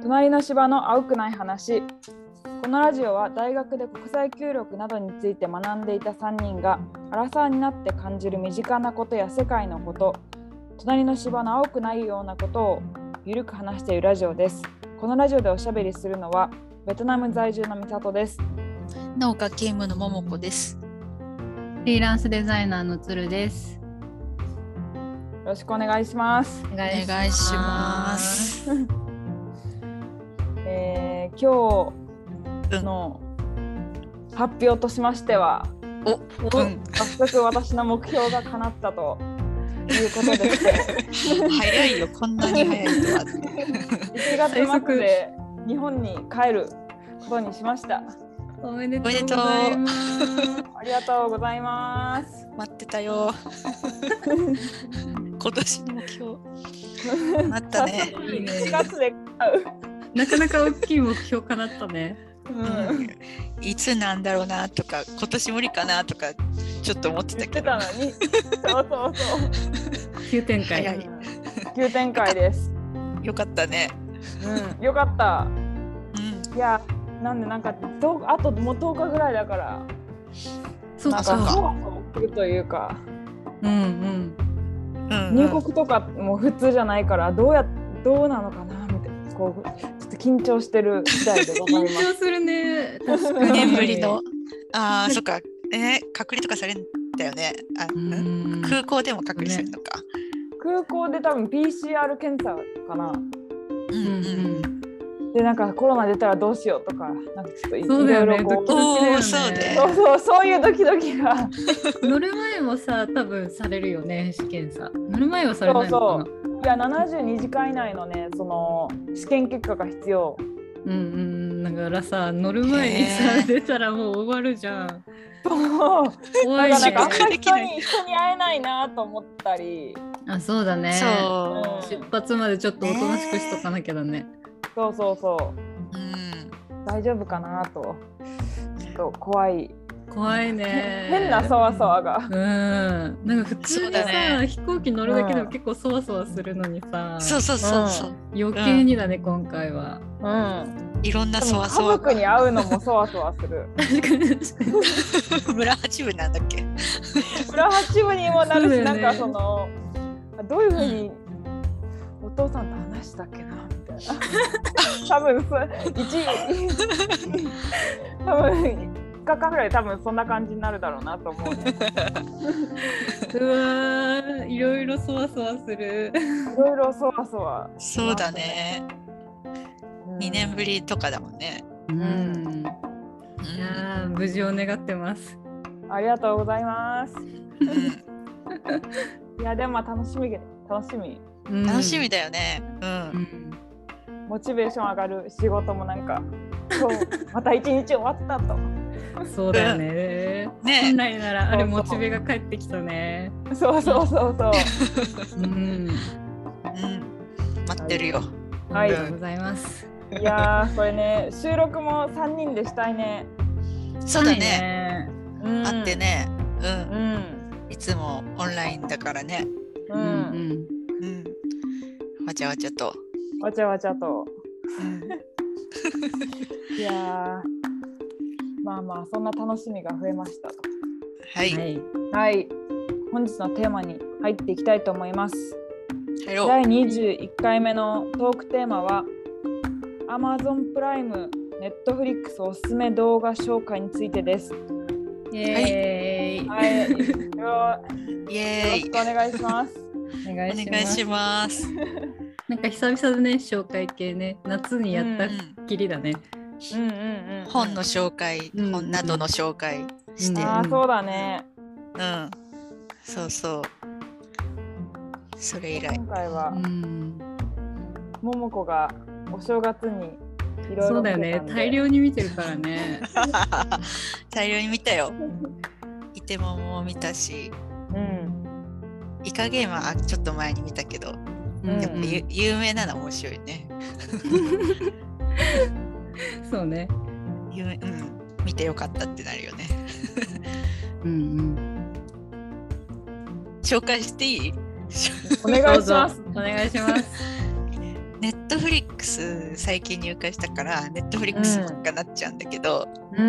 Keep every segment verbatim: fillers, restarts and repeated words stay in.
隣の芝の青くない話。このラジオは大学で国際協力などについて学んでいたさんにんがアラサーになって感じる身近なことや世界のこと、隣の芝の青くないようなことをゆるく話しているラジオです。このラジオでおしゃべりするのはベトナム在住のみさとです。 農家勤務のももこです。 フリーランスデザイナーのつるです。よろしくお願いします。 お願いします。 えー、今日の発表としましては、 お、うん、 早速私の目標が叶ったということでして早いよ、こんなに早いとは。 いちがつ末で日本に帰ることにしました。 おめでとうございます。 ありがとうございます。 待ってたよ。今年の目標。待ったね。 いちがつで買う。 なかなか大きい目標かなったね。 うん、いつなんだろうなとか、今年無理かなとかちょっと思ってたけど。 言ってたのに。そうそうそう。 急展開。 急展開です。 よかったね。 うん、よかった。 うん、 いや。なんでなんかあともうとおかぐらいだからそうかそうか来るというか、 うんうんうんうん、入国とかも普通じゃないからどうやどうなのかなみたいな、こうちょっと緊張してる次第でございます。 緊張するね。確かにねんぶりのあーそっか、えー、隔離とかされるんだよね。あ空港でも隔離するのか、ね、 空港で多分 ピーシーアール 検査かな。 うんうんでなんかコロナ出たらどうしようとか、なんかちょっといろいろこう、 そうそうそうそういうドキドキが乗る前もさ多分されるよね、試験さ。乗る前はされないのかな。 そうそう、いやななじゅうにじかん以内のね、その試験結果が必要。 うんうん、だからさ乗る前にさ出たらもう終わるじゃん。 そう怖いね。 なんかあんまり人に人に会えないなと思ったり。 あ、そうだね。 そう、 出発までちょっとおとなしくしとかなきゃだね。 そうそうそう、 うん、 大丈夫かなとちょっと怖い怖いね。 変なそわそわが、 うん、なんか普通にさ、 ね、 飛行機乗るだけでも結構そわそわするのにさ、 うん、そうそうそうそう、 うん、余計にだね、うん、今回は、 うん、 いろんなそわそわ。 家族に会うのもそわそわする。 村八部なんだっけ。 村八部にもなるし、ね、なんかそのどういうふうにお父さんと話したっけなみたいな。多分一多分いっかかんぐらい多分そんな感じになるだろうなと思う、ね。 うわー、いろいろそわそわする。 いろいろそわそわ。 そうだね。うん、にねんぶりとかだもんね。 うん。うん、いや無事を願ってます。 ありがとうございます。いやでも楽しみ楽しみ。 うん、楽しみだよね。うん。 うんモチベーション上がる。仕事もなんか今日また一日終わったと。 そうだよね。うん、ね、本来ならあれモチベが返ってきたね。 そうそうそうそう。 うん、うん、 待ってるよ。 はい、 ありがとうございます。 いやーこれね、収録もさんにんでしたいね。 そうだね。 うん、 会ってね。うん。うん、いつもオンラインだからね。 うんうん。 うん。わちゃわちゃと。 わちゃわちゃと。 うん、 いやまあまあそんな楽しみが増えましたと。 はい、 はいはい、本日のテーマに入っていきたいと思います。 だいにじゅういっかいめのトークテーマは Amazon プライム、Netflix おすすめ動画紹介についてです。 イエーイ、 はい、 イエーイ、 よろしくお願いします。 お願いします。 お願いします。 なんか久々でね、紹介系ね、夏にやったっきりだね。 うんうんうんうん、 本の紹介、うん、本などの紹介して、 うん、あ、そうだね。 うん、そうそう。それ以来。 今回は、 うん、 ももこがお正月にいろいろそうだよね、大量に見てるからね。 大量に見たよ。いてもも見たし、 うん、 イカゲームはちょっと前に見たけど。やっぱゆ有名なの面白いね。 そうね、 うん。見てよかったってなるよね。 うんうん。 紹介していい？ お願いします。 お願いします。 ネットフリックス最近入会したからネットフリックスばっかなっちゃうんだけど、 うん、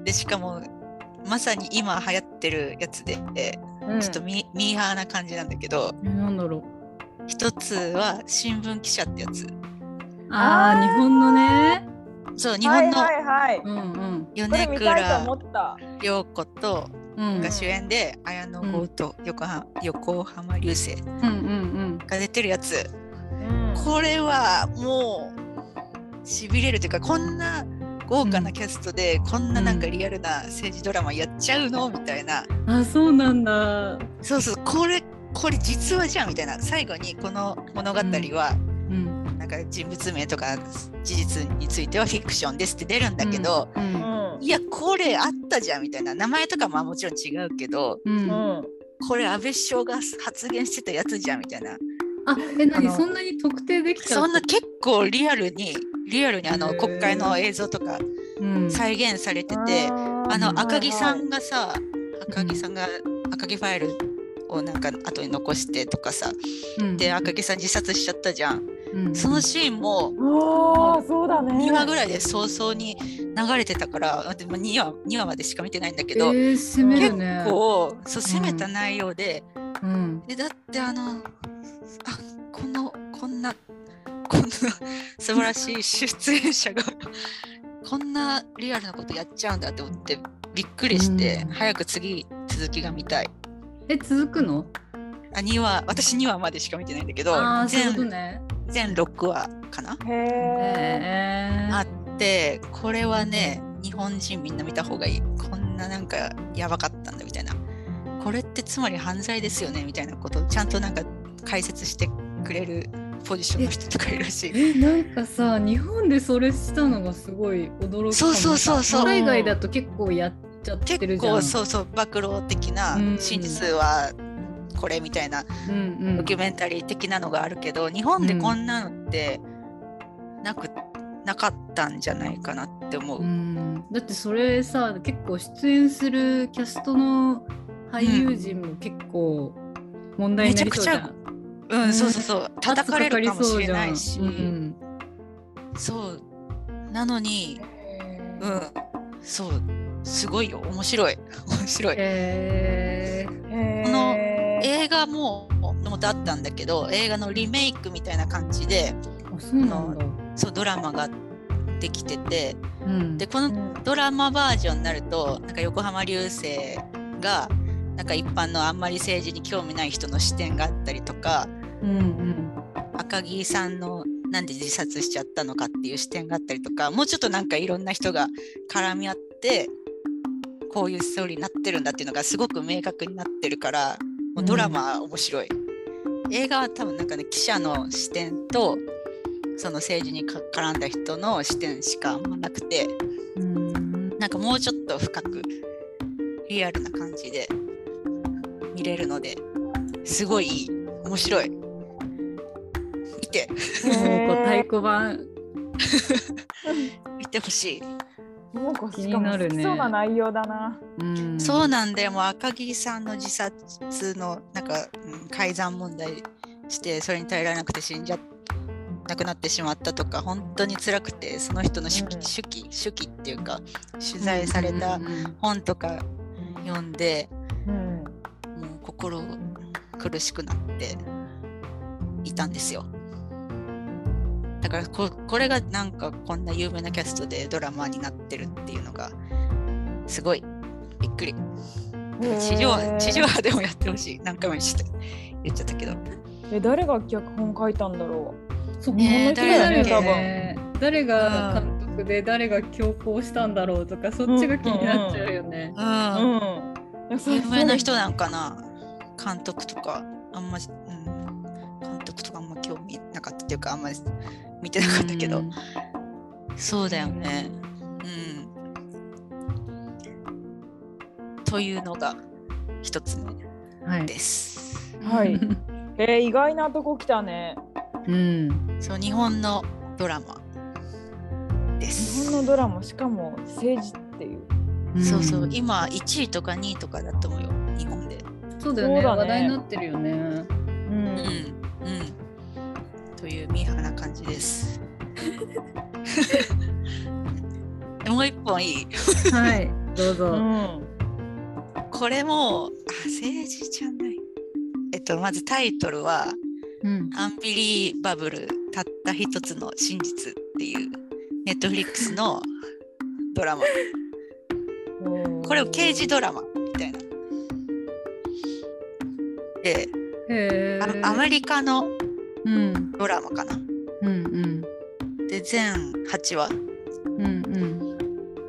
でしかもまさに今流行ってるやつで、 うん、 ちょっとミミーハーな感じなんだけど、 なんだろう。 一つは新聞記者ってやつ。 ああ、日本のね。 そう、日本のはいはいはい、 うんうん。 これ米見たいと思倉った。 涼子とうんが主演で、綾野剛と横浜、横浜流星うんうんが出てるやつ、 うん、 これはもうしびれるというか、こんな豪華なキャストで、こんななんかリアルな政治ドラマやっちゃうのみたいな。 うん。あ、そうなんだ。 そうそう、これこれ実話じゃんみたいな。最後にこの物語は、 うんなんか人物名とか事実についてはフィクションですって出るんだけど、 うんうん、 いやこれあったじゃんみたいな。名前とかもまあもちろん違うけど、 うんうん。 うん、 これ安倍首相が発言してたやつじゃんみたいな。 あ、え、 あの何そんなに特定できちゃう？ そんな結構リアルにリアルにあのへー国会の映像とかうん再現されてて、あの赤木さんがさ、赤木さんが赤木ファイルをなんか後に残してとかさ、 うんで赤木さん自殺しちゃったじゃん。 うんそのシーンもああ、そうだね。 にわぐらいで早々に流れてたから、でもにわ、にわまでしか見てないんだけど、 えー、攻める結ね。 構そう攻めた内容で、 うんでだってあのあこのこんなこんな素晴らしい出演者がこんなリアルなことやっちゃうんだって思ってびっくりして、 うん早く次続きが見たい。 え、続くの？ あにわ、私にわまでしか見てないんだけど、 ああ、そういう全ことね。 全ろくわかなへえ。 えーあってこれはね日本人みんな見た方がいい。こんななんかやばかったんだみたいな、これってつまり犯罪ですよねみたいなことをちゃんとなんか解説してくれるポジションの人とかいるし、 え、なんかさ、日本でそれしたのがすごい驚くかも。 そうそうそうそう海外だと結構やっちゃってるじゃん。 結構そうそう暴露的なうん真実はこれみたいなうんうんドキュメンタリー的なのがあるけど、日本でこんなのってなく、なかったんじゃないかなって思う。 うんだってそれさ、結構出演するキャストの俳優陣も結構問題になりそうじゃん。 うん、 ねそうそうそう叩かれるかもしれないし、 圧かかりそうじゃんうんそうなのに、うんそうすごいよ、面白い面白い。 へーへーこの映画ももともとあったんだけど、映画のリメイクみたいな感じであ、そうなんだ。 そうドラマができてて、 うんでこのドラマバージョンになるとなんか横浜流星がなんか一般のあんまり政治に興味ない人の視点があったりとか、 うんうん赤木さんのなんで自殺しちゃったのかっていう視点があったりとか、もうちょっとなんかいろんな人が絡み合ってこういうストーリーになってるんだっていうのがすごく明確になってるから、もうドラマは面白い、うん、映画は多分なんかね記者の視点とその政治にか絡んだ人の視点しかあんまなくて、 うんなんかもうちょっと深くリアルな感じで見れるのですごいいい、面白い、見てもうこう太鼓判見てほしい。 なんか気しかもになるね好きそうな内容だな。 うんそうなんだよ、もう赤木さんの自殺のなんか、うん、改ざん問題してそれに耐えられなくて死んじゃ亡くなってしまったとか本当に辛くて、その人の手記、 うん手記手記っていうか取材されたうんうん本とか読んで、 うん、 もう心苦しくなっていたんですよ。だから こ, これがなんかこんな有名なキャストでドラマになってるっていうのがすごいびっくり。地上波地上波でもやってほしい。何回も言っちゃったけど。 え、誰が脚本書いたんだろう。 そうねえ日本の人だよね、 誰だっけね誰が監督で誰が強行したんだろうとか、そっちが気になっちゃうよね。 うん。 多分。うん。 有名な人なんかな、監督とかあんま、うん、監督とかあんま興味なかったっていうかあんまり見てなかったけど、 うんそうだよね。うん。というのが一つ目はいで。す。 はい。えー、意外なとこ来たね。 うん。 そう、日本のドラマで日す。 本のドラマ、しかも政治っていう。 そうそう、今いちいとかにいとかだと思うよ、日本で。 そうだよね。 そうだね話題になってるよね。 うん。 うんうん。 というミーハーな感じです。もう一本いい？ はいどうぞ。 うん、 これもあ政治じゃない。えっとまずタイトルは、うん、アンビリーバブルたった一つの真実っていうネットフリックスのドラマ。これを刑事ドラマみたいな。で、 へーアメリカのドラマかな。 うんうん、 で全はちわ。 うんうん、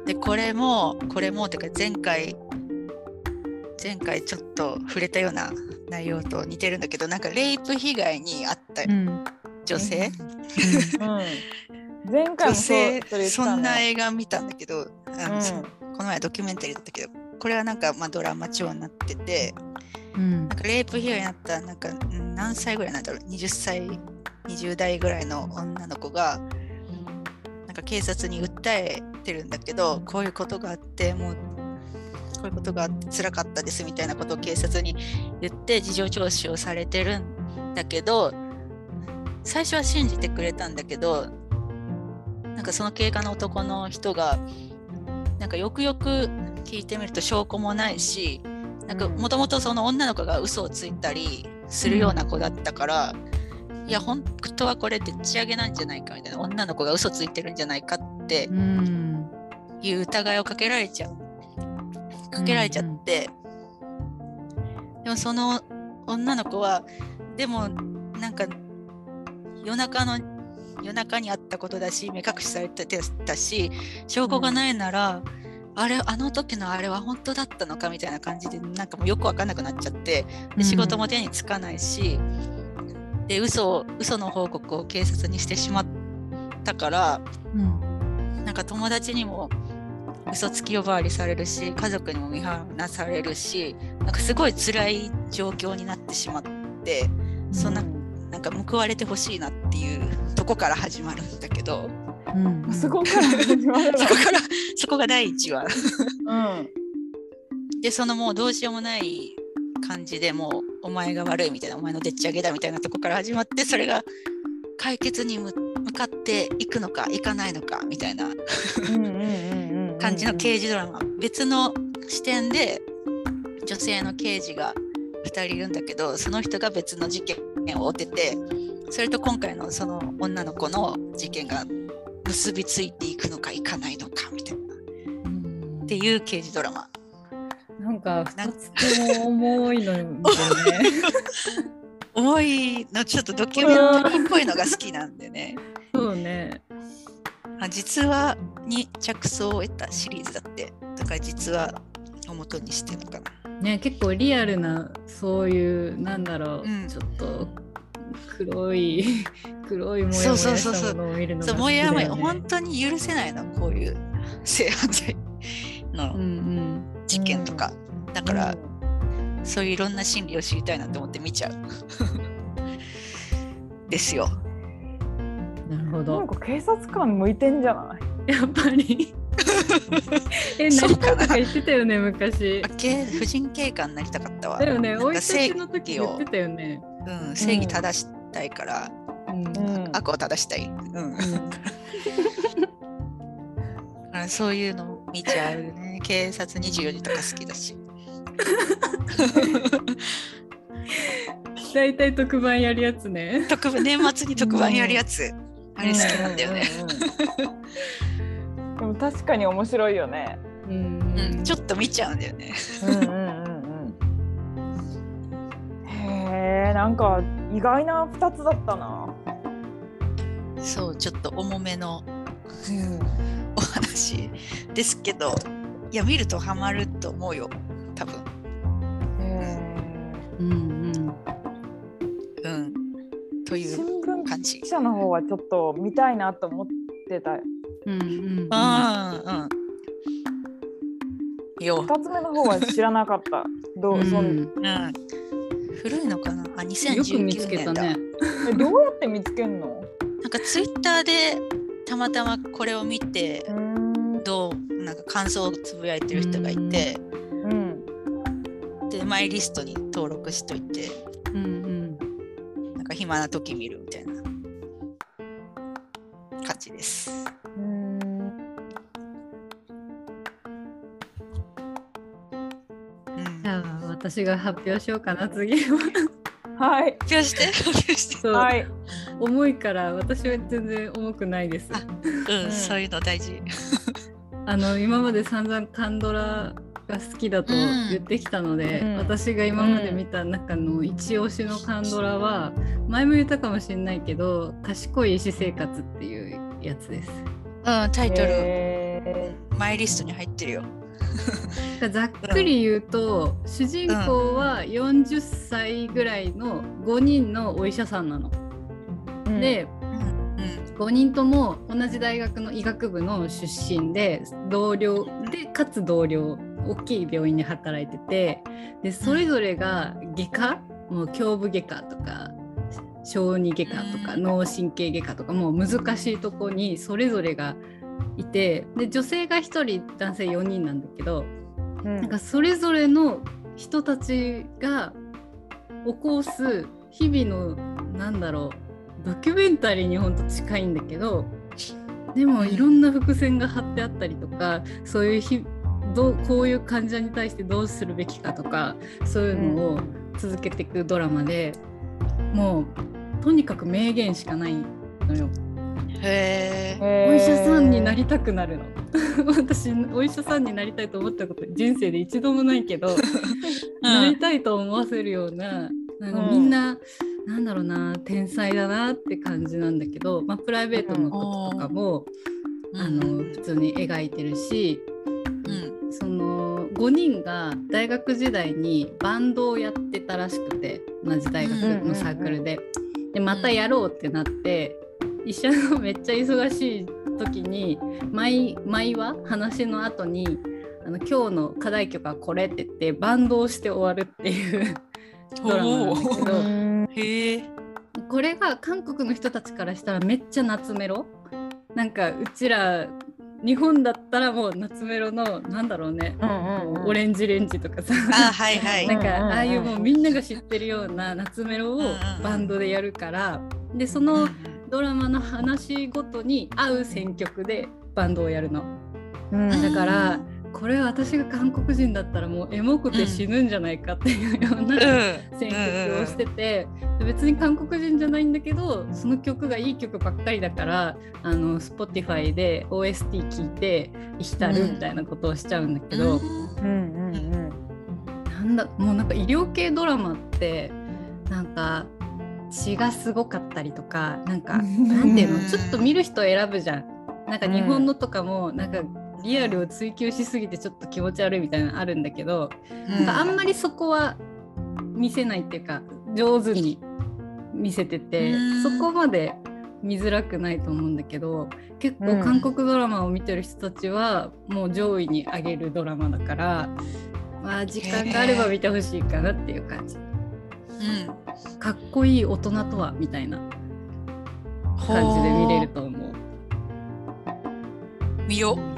でこれもこれもてか前回前回ちょっと触れたような内容と似てるんだけど、なんかレイプ被害に遭った女性、 うんうんうん、前回もそう女性そんな映画見たんだけど、あの、うん、この前ドキュメンタリーだったけど、これはなんかまあドラマ調になってて、うん、なんかレイプ被害に遭ったなんか何歳ぐらいなんだろう、はたちにじゅう代ぐらいの女の子がなんか警察に訴えてるんだけど、こういうことがあってもうこういうことがあって辛かったですみたいなことを警察に言って事情聴取をされてるんだけど、最初は信じてくれたんだけど、なんかその警官の男の人がなんかよくよく聞いてみると証拠もないし、なんかもともとその女の子が嘘をついたりするような子だったから、うん、いや本当はこれでっち上げなんじゃないかみたいな、女の子が嘘ついてるんじゃないかっていう疑いをかけられちゃうかけられちゃって、うんうん、でもその女の子はでもなんか夜中の夜中にあったことだし目隠しされてたし証拠がないなら、うん、あれあの時のあれは本当だったのかみたいな感じでなんかもうよく分かんなくなっちゃって、で仕事も手につかないし、うん、で嘘嘘の報告を警察にしてしまったから、うん、なんか友達にも嘘つき呼ばわりされるし家族にも見放されるし、なんかすごい辛い状況になってしまって、うん、そんななんか報われてほしいなっていうとこから始まるんだけど、 うんうん、そこから始まるそこからそこがだいいちわ、 うん、 でそのもうどうしようもない感じでもうお前が悪いみたいな、お前のでっち上げだみたいなとこから始まって、それが解決に向かっていくのかいかないのかみたいな感じの刑事ドラマ。別の視点で女性の刑事がふたりいるんだけど、その人が別の事件を追ってて、それと今回のその女の子の事件が結びついていくのかいかないのかみたいなっていう刑事ドラマ。 なんかふたつとも重いのよね重いのちょっとドキュメンタリーっぽいのが好きなんでね。 そうね。 実話に着想を得たシリーズだって、だから実話を元にしてるのかな。 ね、結構リアルなそういうなんだろう、うん、ちょっと黒い黒いもやもやしたものを見るのが好きだよね。そうそうそうそう、もやもや本当に許せないの、こういう性犯罪の事件とか、うんうん、だから、うん、そういういろんな心理を知りたいなと思って見ちゃうですよ。 なるほど。 なんか警察官向いてんじゃない？ やっぱりえ、なりたいとか言ってたよね昔。 婦人警官になりたかったわ。 だよね、追い立ちの時言ってたよね。 うん、正義正したいから、うん、悪を正したい、うんうん、そういうの見ちゃうね。警察にじゅうよじとか好きだしだいたい特番やるやつね。 特番、年末に特番やるやつ、うん、あれ好きなんだよね、うんうんうん、でも確かに面白いよね、 うんうん、ちょっと見ちゃうんだよねうんうんうんうん。へえ、なんか意外なふたつだったな。 そう、ちょっと重めの、うん、お話ですけど、いや見るとハマると思うよ多分。へえ、うんうんうんという感じ。 新聞記者の方はちょっと見たいなと思ってた。 うんうんうん。 ああ、うん。よ。 二つ目の方は知らなかった。どう、うん、そん、うん。 古いのかな。あ、にせんじゅうきゅうねんだ。 よく見つけたね。 え、どうやって見つけんの？ なんかツイッターでたまたまこれを見て、どうなんか感想をつぶやいてる人がいて、うん、でマイリストに登録しといて、うんうん、なんか暇な時見るみたいなじです。 うーんじゃあ私が発表しようかな次は。 はい。 発表して発表して。 そう、 はい。 重いから私は全然重くないです。 うん、うん、そういうの大事。 あの今まで散々カンドラが好きだと言ってきたので、うん、私が今まで見た中の一押しのカンドラは、前も言ったかもしれないけど、賢い医師生活っていうやつです。 うん、タイトルマイリストに入ってるよ。 ざっくり言うと、うん、主人公はよんじゅっさいぐらいのごにんのお医者さんなの。うん、で、うん、ごにんとも同じ大学の医学部の出身で、同僚でかつ同僚、大きい病院で働いてて、でそれぞれが外科、もう胸部外科とか小児外科とか脳神経外科とか、もう難しいとこにそれぞれがいて、で女性がひとり男性よにんなんだけど、うん、なんかそれぞれの人たちが起こす日々のなんだろう、ドキュメンタリーにほんと近いんだけど、でもいろんな伏線が張ってあったりとか、そういう日どうこういう患者に対してどうするべきかとか、そういうのを続けていくドラマで、うん、もうとにかく名言しかないのよ。 へー、お医者さんになりたくなるの。私お医者さんになりたいと思ったこと人生で一度もないけど、うん、なりたいと思わせるような、なんかみんな、うん、なんだろうな、天才だなって感じなんだけど、まあ、プライベートのこととかも、うん、あの普通に描いてるし、うん、そのごにんが大学時代にバンドをやってたらしくて、同じ大学のサークルで、でまたやろうってなって、一緒のめっちゃ忙しい時に毎毎話話の後にあの今日の課題曲はこれって言ってバンドをして終わるっていうドラマなんだけど、 へー、 これが韓国の人たちからしたらめっちゃ夏メロ、なんかうちら日本だったらもう夏メロのなんだろうね、うんうんうん、オレンジレンジとかさ、 あ、はいはい、 なんかああいうもうみんなが知ってるような夏メロをバンドでやるから、でそのドラマの話ごとに合う選曲でバンドをやるの、うん、だからこれは私が韓国人だったらもうエモくて死ぬんじゃないかっていうような選曲をしてて、別に韓国人じゃないんだけど、その曲がいい曲ばっかりだから、あの Spotify で オーエスティー 聴いて浸るみたいなことをしちゃうんだけど、なんだ、もうなんか医療系ドラマってなんか血がすごかったりとか、なんかなんていうの、ちょっと見る人選ぶじゃん。なんか日本のとかもなんかリアルを追求しすぎてちょっと気持ち悪いみたいなのあるんだけど、なんかあんまりそこは見せないっていうか上手に見せてて、そこまで見づらくないと思うんだけど、結構韓国ドラマを見てる人たちはもう上位に上げるドラマだから、まあ時間があれば見てほしいかなっていう感じ。うん、かっこいい大人とはみたいな感じで見れると思う。 見よう。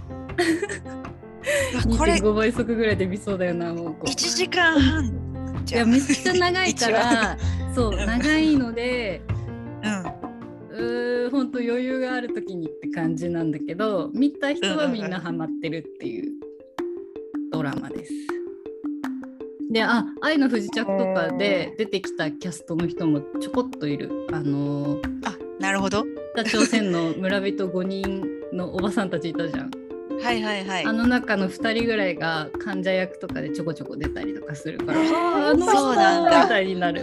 にてんご 倍速ぐらいで見そうだよな。もういちじかんはんいやめっちゃ長いからそう長いので、うん、うほんと余裕がある時にって感じなんだけど、見た人はみんなハマってるっていうドラマです。で、あ、愛の不時着とかで出てきたキャストの人もちょこっといる。あのー、 あ、なるほど。 北朝鮮の村人ごにんのおばさんたちいたじゃん。 はいはいはい。 あの中のふたりぐらいが患者役とかでちょこちょこ出たりとかするから、あの人みたいになる。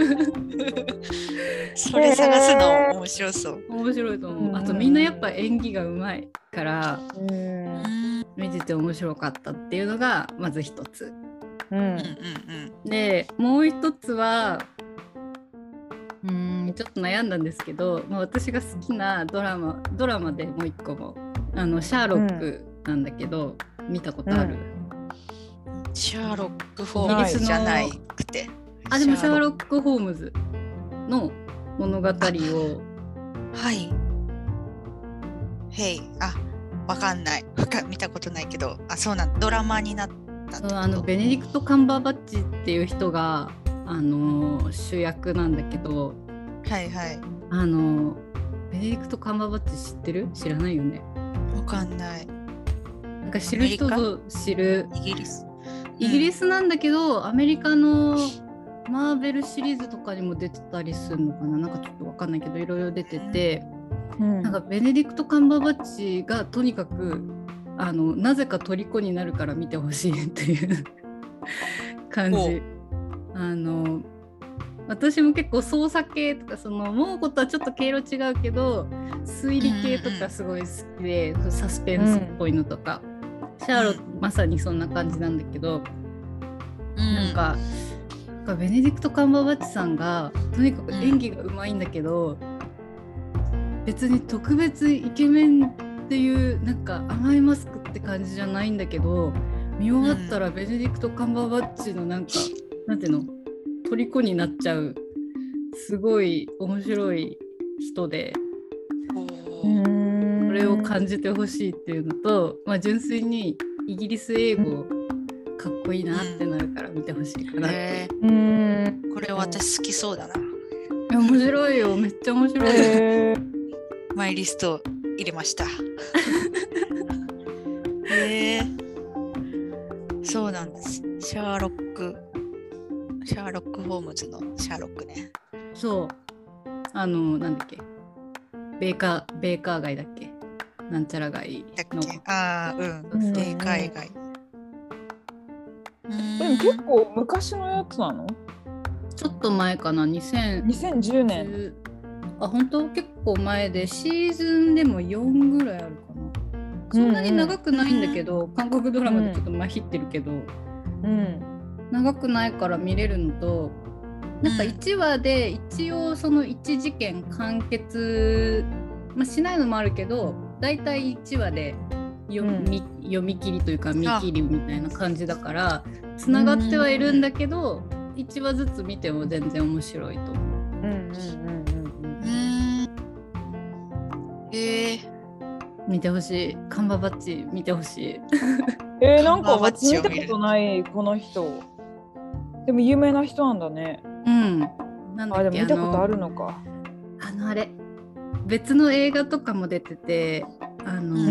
それ探すの面白そう。 面白いと思う。あとみんなやっぱ演技がうまいから、見てて面白かったっていうのがまず一つ。うんうんうんうん、でもう一つはうーんちょっと悩んだんですけど、まあ、私が好きなドラマドラマでもう一個もあのシャーロックなんだけど、うん、見たことある、 うん、シャーロック・ホームズじゃなくて、 あでもシャーロック・ホームズの物語をはいへいあわかんない見たことないけど、あそうなんドラマになってあのベネディクト・カンバーバッチっていう人が、あのー、主役なんだけど、 はいはい、 あのベベネディクト・カンバーバッチ知ってる？知らないよね。 わかんない。 なんか知る人ぞ知る。 イギリス。 イギリスなんだけど、うん、アメリカのマーベルシリーズとかにも出てたりするのかな。なんかちょっとわかんないけどいろいろ出てて、うん、なんかベネディクト・カンバーバッチがとにかくあのなぜか虜になるから見てほしいっていう感じ。あの私も結構捜査系とかそのモーコとはちょっと毛色違うけど推理系とかすごい好きで、うんうん、サスペンスっぽいのとか、うん、シャーロットまさにそんな感じなんだけど、うん、なんかなんかベネディクト・カンバーバッチさんがとにかく演技がうまいんだけど、うん、別に特別イケメンっていうなんか甘いマスクって感じじゃないんだけど、見終わったらベネディクト・カンバーバッチのなんか、うん、なんていうの虜になっちゃうすごい面白い人で、これを感じてほしいっていうのと、まあ、純粋にイギリス英語かっこいいなってなるから見てほしいかなって、 うん、これ私好きそうだな。 面白いよ、めっちゃ面白い、えー、 マイリスト入れましたへえー、そうなんです。シャーロックシャーロック・ホームズのシャーロックね。 そう。あの、なんだっけ。ベーカー、ベーカー街だっけ。なんちゃら街の。 ああ、うん。うん、ベーカー街。 でも結構昔のやつなの？ ちょっと前かな。にせんにせんじゅうねん。 あ、本当？結構前でシーズンでもよんぐらいあるかな。そんなに長くないんだけど、うん、韓国ドラマでちょっとまひってるけど。うん。うん長くないから見れるのと、なんかいちわで一応そのいち事件完結、まあ、しないのもあるけどだいたいいちわで読み、うん、読み切りというか見切りみたいな感じだからつながってはいるんだけど、うん、いちわずつ見ても全然面白いと思う。うんうんうんうん。へえ。 見てほしい。カンバーバッチ見てほしい。 えー、なんか私見たことないこの人。でも有名な人なんだね。 うん。 なんだっけ、あ、でも見たことあるのか。 あのあれ別の映画とかも出てて、あの、うん、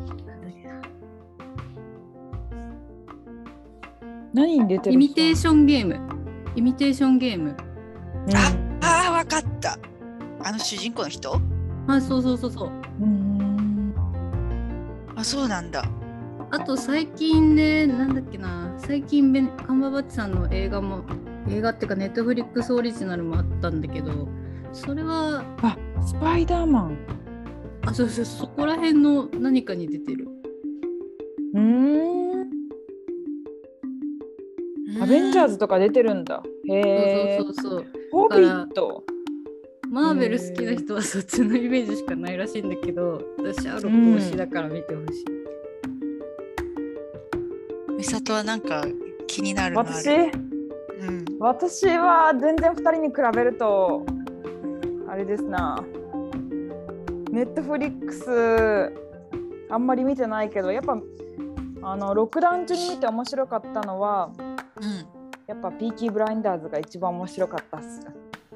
何に出てる？ イミテーションゲーム。イミテーションゲーム。 うん、ああわかった。あの主人公の人？ あ、そうそうそうそう。うーん。 あ、そうなんだ。 あと最近ね、なんだっけな、最近ベカンバーバッチさんの映画も映画っていうかネットフリックスオリジナルもあったんだけど、それはあスパイダーマン。 あ、そうそう、そこら辺の何かに出てる。 うーん。アベンジャーズとか出てるんだ。へえ。 そうそうそうそう。 ホビット。 マーベル好きな人はそっちのイメージしかないらしいんだけど、私アロック推しだから見てほしい。 美里はなんか気になるのある？ 私、うん、私は全然ふたりに比べるとあれですな。ネットフリックスあんまり見てないけど、やっぱあのロックダウン中に見て面白かったのは、うん、やっぱピーキーブラインダーズが一番面白かったっす。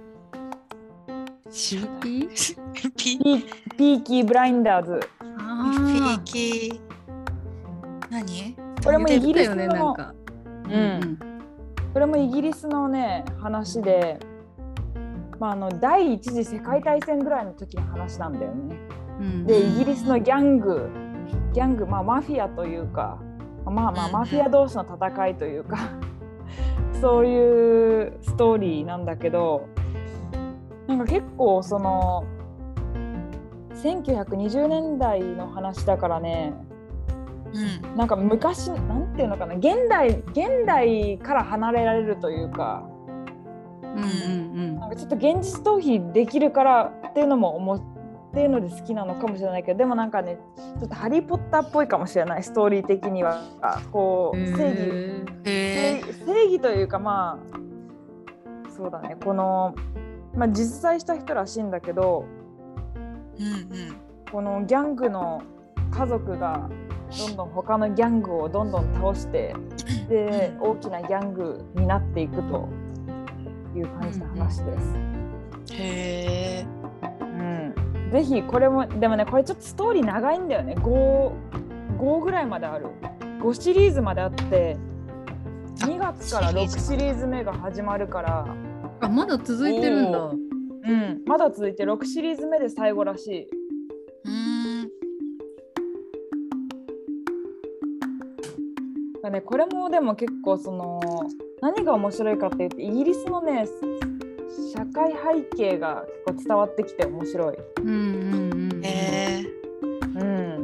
ピーピーキーブラインダーズ。 あーピーキー何？ これもイギリスの、 ね、なんかうんうん、これもイギリスのね話で、まあ、あの第一次世界大戦ぐらいの時の話なんだよね。うん、でイギリスのギャングギャング、まあ、マフィアというか、まあまあマフィア同士の戦いというかそういうストーリーなんだけど、なんか結構そのせんきゅうひゃくにじゅうねんだいの話だからね、うん、なんか昔なんていうのかな、現代現代から離れられるというか、うんうんうん、なんかちょっと現実逃避できるからっていうのも思っていうので好きなのかもしれないけど、でもなんかねちょっとハリーポッターっぽいかもしれない、ストーリー的にはこう正義正義というか、まあそうだね、この、まあ、実在した人らしいんだけど、うんうん、このギャングの家族がどんどん他のギャングをどんどん倒してで大きなギャングになっていくという感じの話です。 へー、 うん、 ぜひこれも、でもねこれちょっとストーリー長いんだよね。 ご, ごぐらいまである。ごシリーズまであってにがつからろくシリーズ目が始まるから。 あ、まだ続いてるんだ。 うん、まだ続いてろくシリーズ目で最後らしい。 うーん。 だね、これもでも結構その何が面白いかっていうと、イギリスのね社会背景が結構伝わってきて面白い。 うんうんうん。 へうん。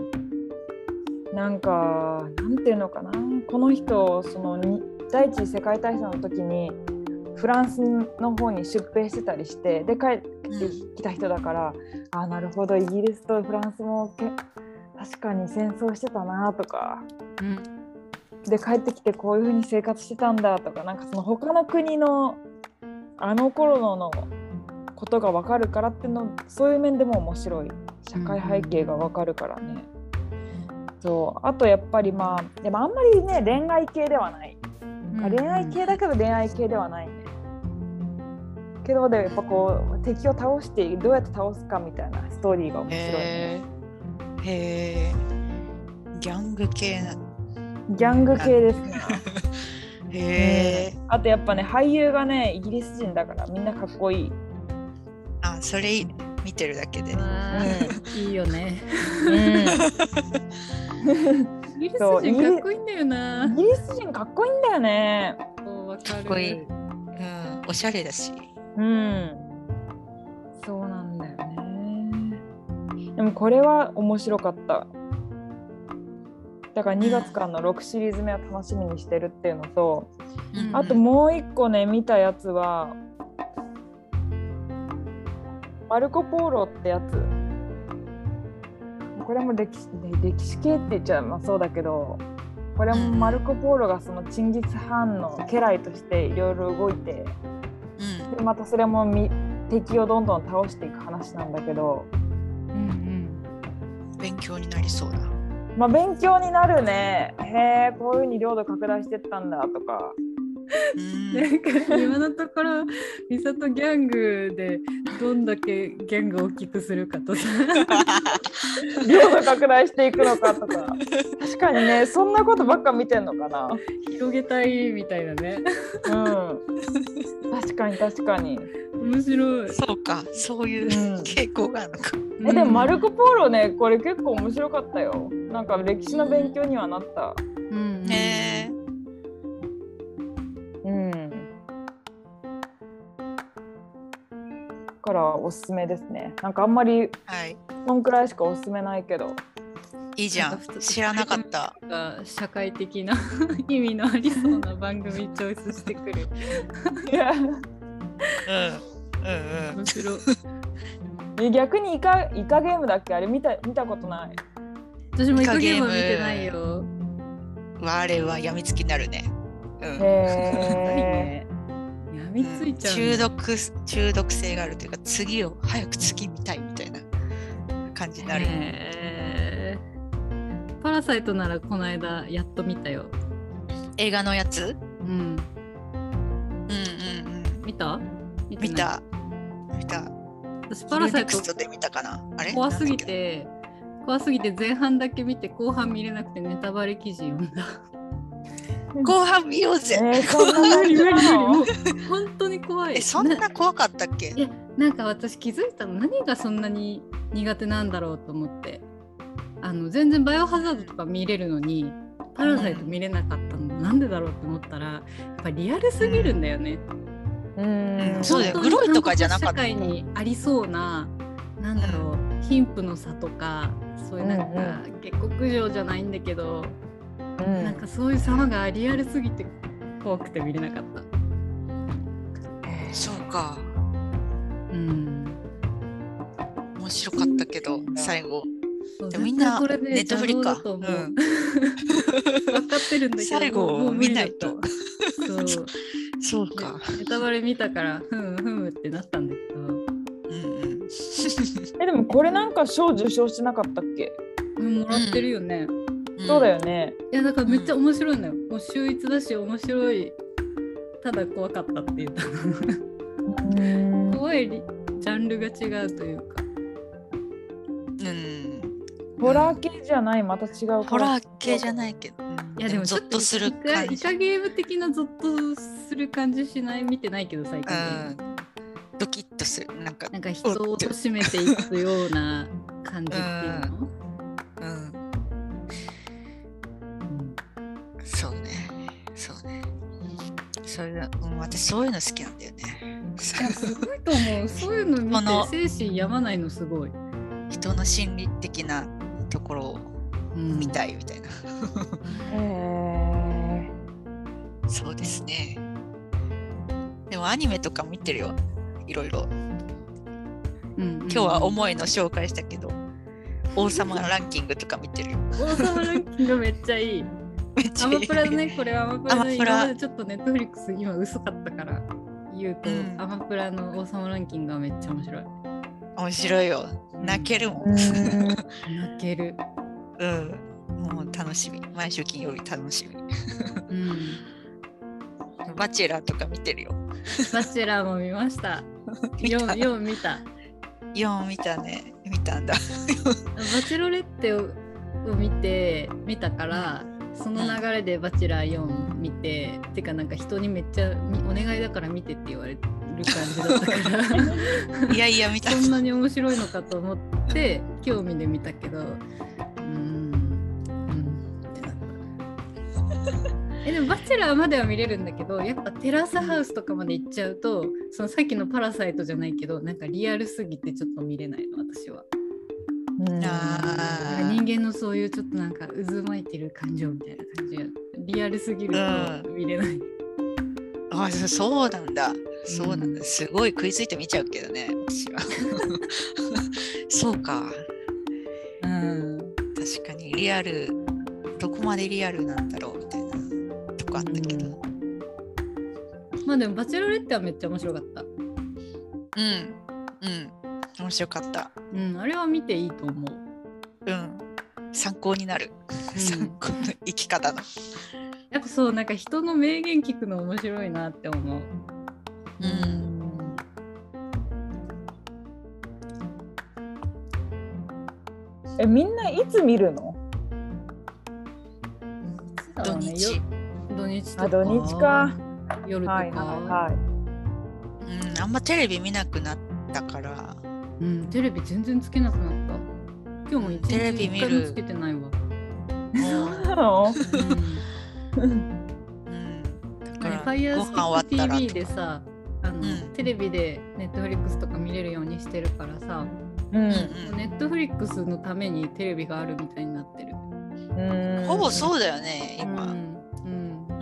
なんかなんていうのかな、この人その第一次世界大戦の時にフランスの方に出兵してたりしてで帰ってきた人だから、うん、あ、なるほどイギリスとフランスもけ確かに戦争してたなとか、うん、で帰ってきてこういう風に生活してたんだとか、なんかその他の国のあの頃のことが分かるからっていうの、そういう面でも面白い。社会背景が分かるからね、うん、そう。あとやっぱりまあでもあんまりね恋愛系ではない、うん、恋愛系だけど恋愛系ではないね。けどでやっぱこう敵を倒してどうやって倒すかみたいなストーリーが面白いね。 へえ。ギャング系な。 ギャング系ですね。 へえ。 あとやっぱね俳優がねイギリス人だからみんなかっこいい。 あ、それ見てるだけで、ね、 うん、いいよね。 うん、 イギリス人かっこいいんだよな。 イギリス人かっこいいんだよね。 わかる。 かっこいい。うん、おしゃれだし。 うん、そうなんだよね。でもこれは面白かった。だからにがつからのろくシリーズ目は楽しみにしてるっていうのと、うん、あともう一個ね見たやつはマルコ・ポーロってやつ。これも歴史、歴史系って言っちゃまあそうだけど、これもマルコ・ポーロがそのチンギス・ハンの家来としていろいろ動いて、うん、でまたそれも敵をどんどん倒していく話なんだけど、うんうん、 勉強になりそうだ。 まあ勉強になるね。へえ、こういう風に領土拡大してったんだとか。 なんか今のところミサトギャングでどんだけギャングを大きくするかとさ領土拡大していくのかとか。確かにね、そんなことばっか見てんのかな。 広げたいみたいなね。 うん、確かに確かに面白い。 そうか、そういう傾向があるのか、 うん、えでもマルコ・ポーロね、これ結構面白かったよ。なんか歴史の勉強にはなった。 うん、へー。 うん。からおすすめですね。なんかあんまりこんくらいしかおすすめないけど。 いいじゃん。知らなかった。 社会的な意味のありそうな番組チョイスしてくる。 いや。うんうんうん。 面白い。逆にイカイカゲームだっけ、あれ見た見たことない。 私もイカゲームは見てないよ。 我はやみつきになるね。うん、 へー、やみついちゃう、 うん、中毒中毒性があるというか、次を早く次見たいみたいな感じになる。 へー、パラサイトならこの間やっと見たよ。 映画のやつ？ うん。うんうんうん。 見た？ 見た。見た。 私パラサイトで見たかな。あれ？ 怖すぎて怖すぎて前半だけ見て後半見れなくてネタバレ記事読んだ。 後半見ようぜ。 えー、そんな無理無理無理もう本当に怖い。 え、そんな怖かったっけ？ え、なんか私気づいたの、何がそんなに苦手なんだろうと思って、あの全然バイオハザードとか見れるのにパラサイト見れなかったの、うん、なんでだろうって思ったら、やっぱリアルすぎるんだよね。 うん、 そうだよ。グロいとかじゃなかった。 社会にありそうな、なんだろう、うん、貧富の差とか、そういうなんか、うんうん、下克上じゃないんだけど、うん、なんかそういう様がリアルすぎて怖くて見れなかった。 そうか。 うん。 面白かったけど最後。でみんなこれ、ね、 ネットフリか。 うん、分かってるんだけど最後もう見ないと。 そうそうか。 ネタバレ見たからふむふむってなったんだけど。うんうん。 えでもこれなんか賞受賞してなかったっけ？ もらってるよね。 うん、そうだよね。 いやだからめっちゃ面白いんだよ。もう秀逸だし面白い。ただ怖かったって言ったの。怖いジャンルが違うというか。 うんホラー系じゃない、また違うホラー系じゃないけど、 いやでもゾッとする感じ、 イカゲーム的なゾッとする感じしない？見てないけど最近、 うんドキッとする、なんかなんか人を貶めていくような感じっていうの、 うん、うん、そうねそうね、それが、うん、私そういうの好きなんだよね。 いやすごいと思う。そういうの見このて精神病まないのすごい。 人の心理的なところを見たいみたいな、 うん、へーそうですね。でもアニメとか見てるよ、いろいろ、 うんうんうん、 今日は重いの紹介したけど、王様ランキングとか見てるよ。 王様ランキングめっちゃいい。 めっちゃいいアマプラね、これアマプラのアマプラ今までちょっとネットフリックス今薄かったから言うと、 うん、 アマプラの王様ランキングはめっちゃ面白い。 面白いよ、泣けるもん。 泣ける。 うん、もう楽しみ、毎週金曜日楽しみ。 うん、 バチェラーとか見てるよ。 バチェラーも見ました。 見たよん見た。 よん見たね、見たんだ。 バチェロレッテを見て見たからその流れでバチェラーよん見て、てかなんか人にめっちゃお願いだから見てって言われる感じだったからいやいや見た。 そんなに面白いのかと思って興味で見たけど、うーんうんってなったえでもバチェラーまでは見れるんだけど、やっぱテラスハウスとかまで行っちゃうと、そのさっきのパラサイトじゃないけどなんかリアルすぎてちょっと見れないの私は。 あ人間のそういうちょっとなんか渦巻いてる感情みたいな感じがリアルすぎると見れない、 うん、あそうなんだ、そうなんだ、すごい食いついて見ちゃうけどね私はそうか、 うん、 確かにリアル、どこまでリアルなんだろうみたいなとこあったけど、うん、 まあでもバチェロレッテはめっちゃ面白かった。 うんうん面白かった、 うん、あれは見ていいと思う。 うん参考になる、うん、参考の生き方のやっぱそうなんか人の名言聞くの面白いなって思う。 うん、 えみんないつ見るの？ 土日、 土日とか。 あ土日か。 夜とか、 はいはいはい、 うん、あんまテレビ見なくなったから、 うん、テレビ全然つけなくなった。今日も一日テレビ見る一回もつけてないわ。 そうなの？ うん、だからファイヤースティック ティーブイ でさ、あの、 うん、 テレビでネットフリックスとか見れるようにしてるからさ、 うん、 ネットフリックスのためにテレビがあるみたいになってる。 うん、 ほぼそうだよね今、 うんうんうん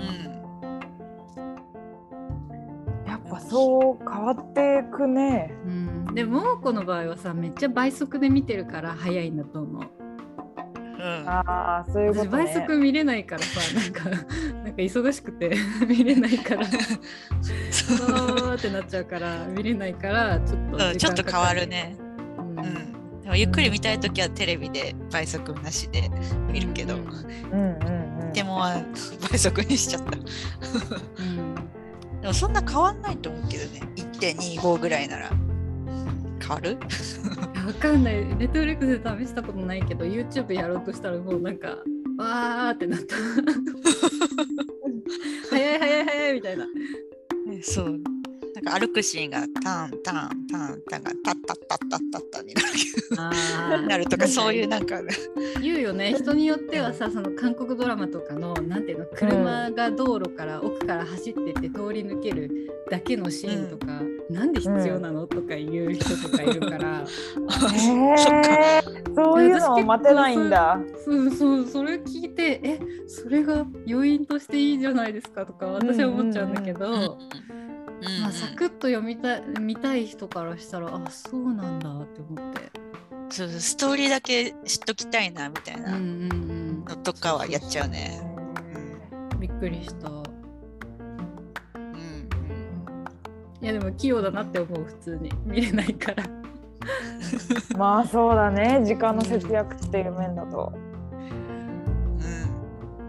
やっぱそう変わっていくね。 うん、でも桃子の場合はさめっちゃ倍速で見てるから早いんだと思う。 うん、 ああそういうことね。 私倍速見れないからさなんかなんか忙しくて見れないからそうーってなっちゃうから見れないからちょっと、 うん、ちょっと変わるね、 うんうん、でもゆっくり見たいときはテレビで倍速なしで見るけど、 うんうんうんうん、 でも倍速にしちゃった、 うん、 でもそんな変わんないと思うけどね いってんにご ぐらいなら変わるわかんない。ネットフリックスで試したことないけど YouTube やろうとしたらもうなんかわーってなった早い早い早いみたいな。 そうなんか歩くシーンがタンタンタンタンがタッタッタッタッタッタになるあなるとかそういうなんか言うよね。人によってはさその韓国ドラマとかのなんていうの車が道路から奥から走ってって通り抜けるだけのシーンとか、うん、なんで必要なの、うん、とか言う人とかいるからへーそういうのを待てないんだ。 そうそうそれ聞いてえそれが要因としていいじゃないですかとか私は思っちゃうんだけど、うんうんうんまあ、サクッと読みたい見たい人からしたらあそうなんだって思ってそうストーリーだけ知っときたいなみたいなのとかはやっちゃうね、 うん、びっくりした、うん、いやでも器用だなって思う普通に見れないからまあそうだね時間の節約っていう面だと、 うん、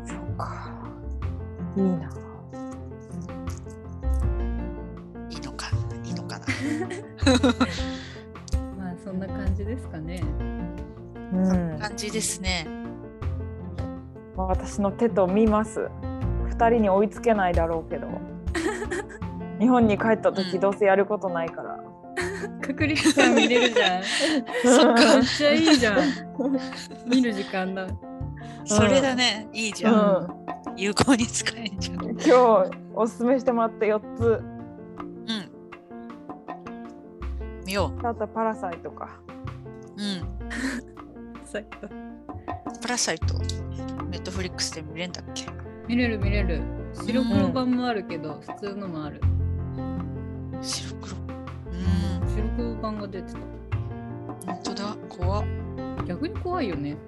そうかいいなまあそんな感じですかね。 うん、 そんな感じですね。 私の手と見ます。ふたりに追いつけないだろうけど日本に帰った時どうせやることないから、 うん、確率感見れるじゃんそっかめっちゃいいじゃん見る時間だ。 それだね、いいじゃん、うん、有効に使えんじゃん。 今日おすすめしてもらったよっつ、うん、 見よう。 あとパラサイトか。 うんパラサイトネットフリックスで見れんだっけ？ 見れる見れる。白黒版もあるけど、うん、普通のもある。 白黒、 うん、白黒版が出てた。 本当だ、怖っ。 逆に怖いよね。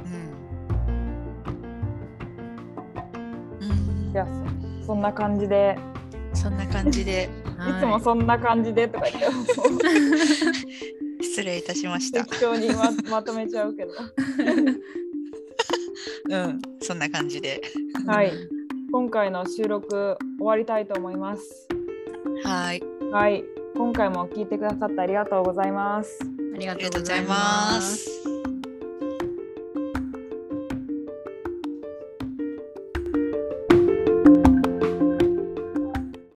うん、うん、 いや そ, そんな感じでそんな感じでいつもそんな感じでとか言って失礼いたしました。 適当に ま, まとめちゃうけどうんそんな感じではい、今回の収録終わりたいと思います。 はい、 はい、今回も聞いてくださってありがとうございます。 ありがとうございます。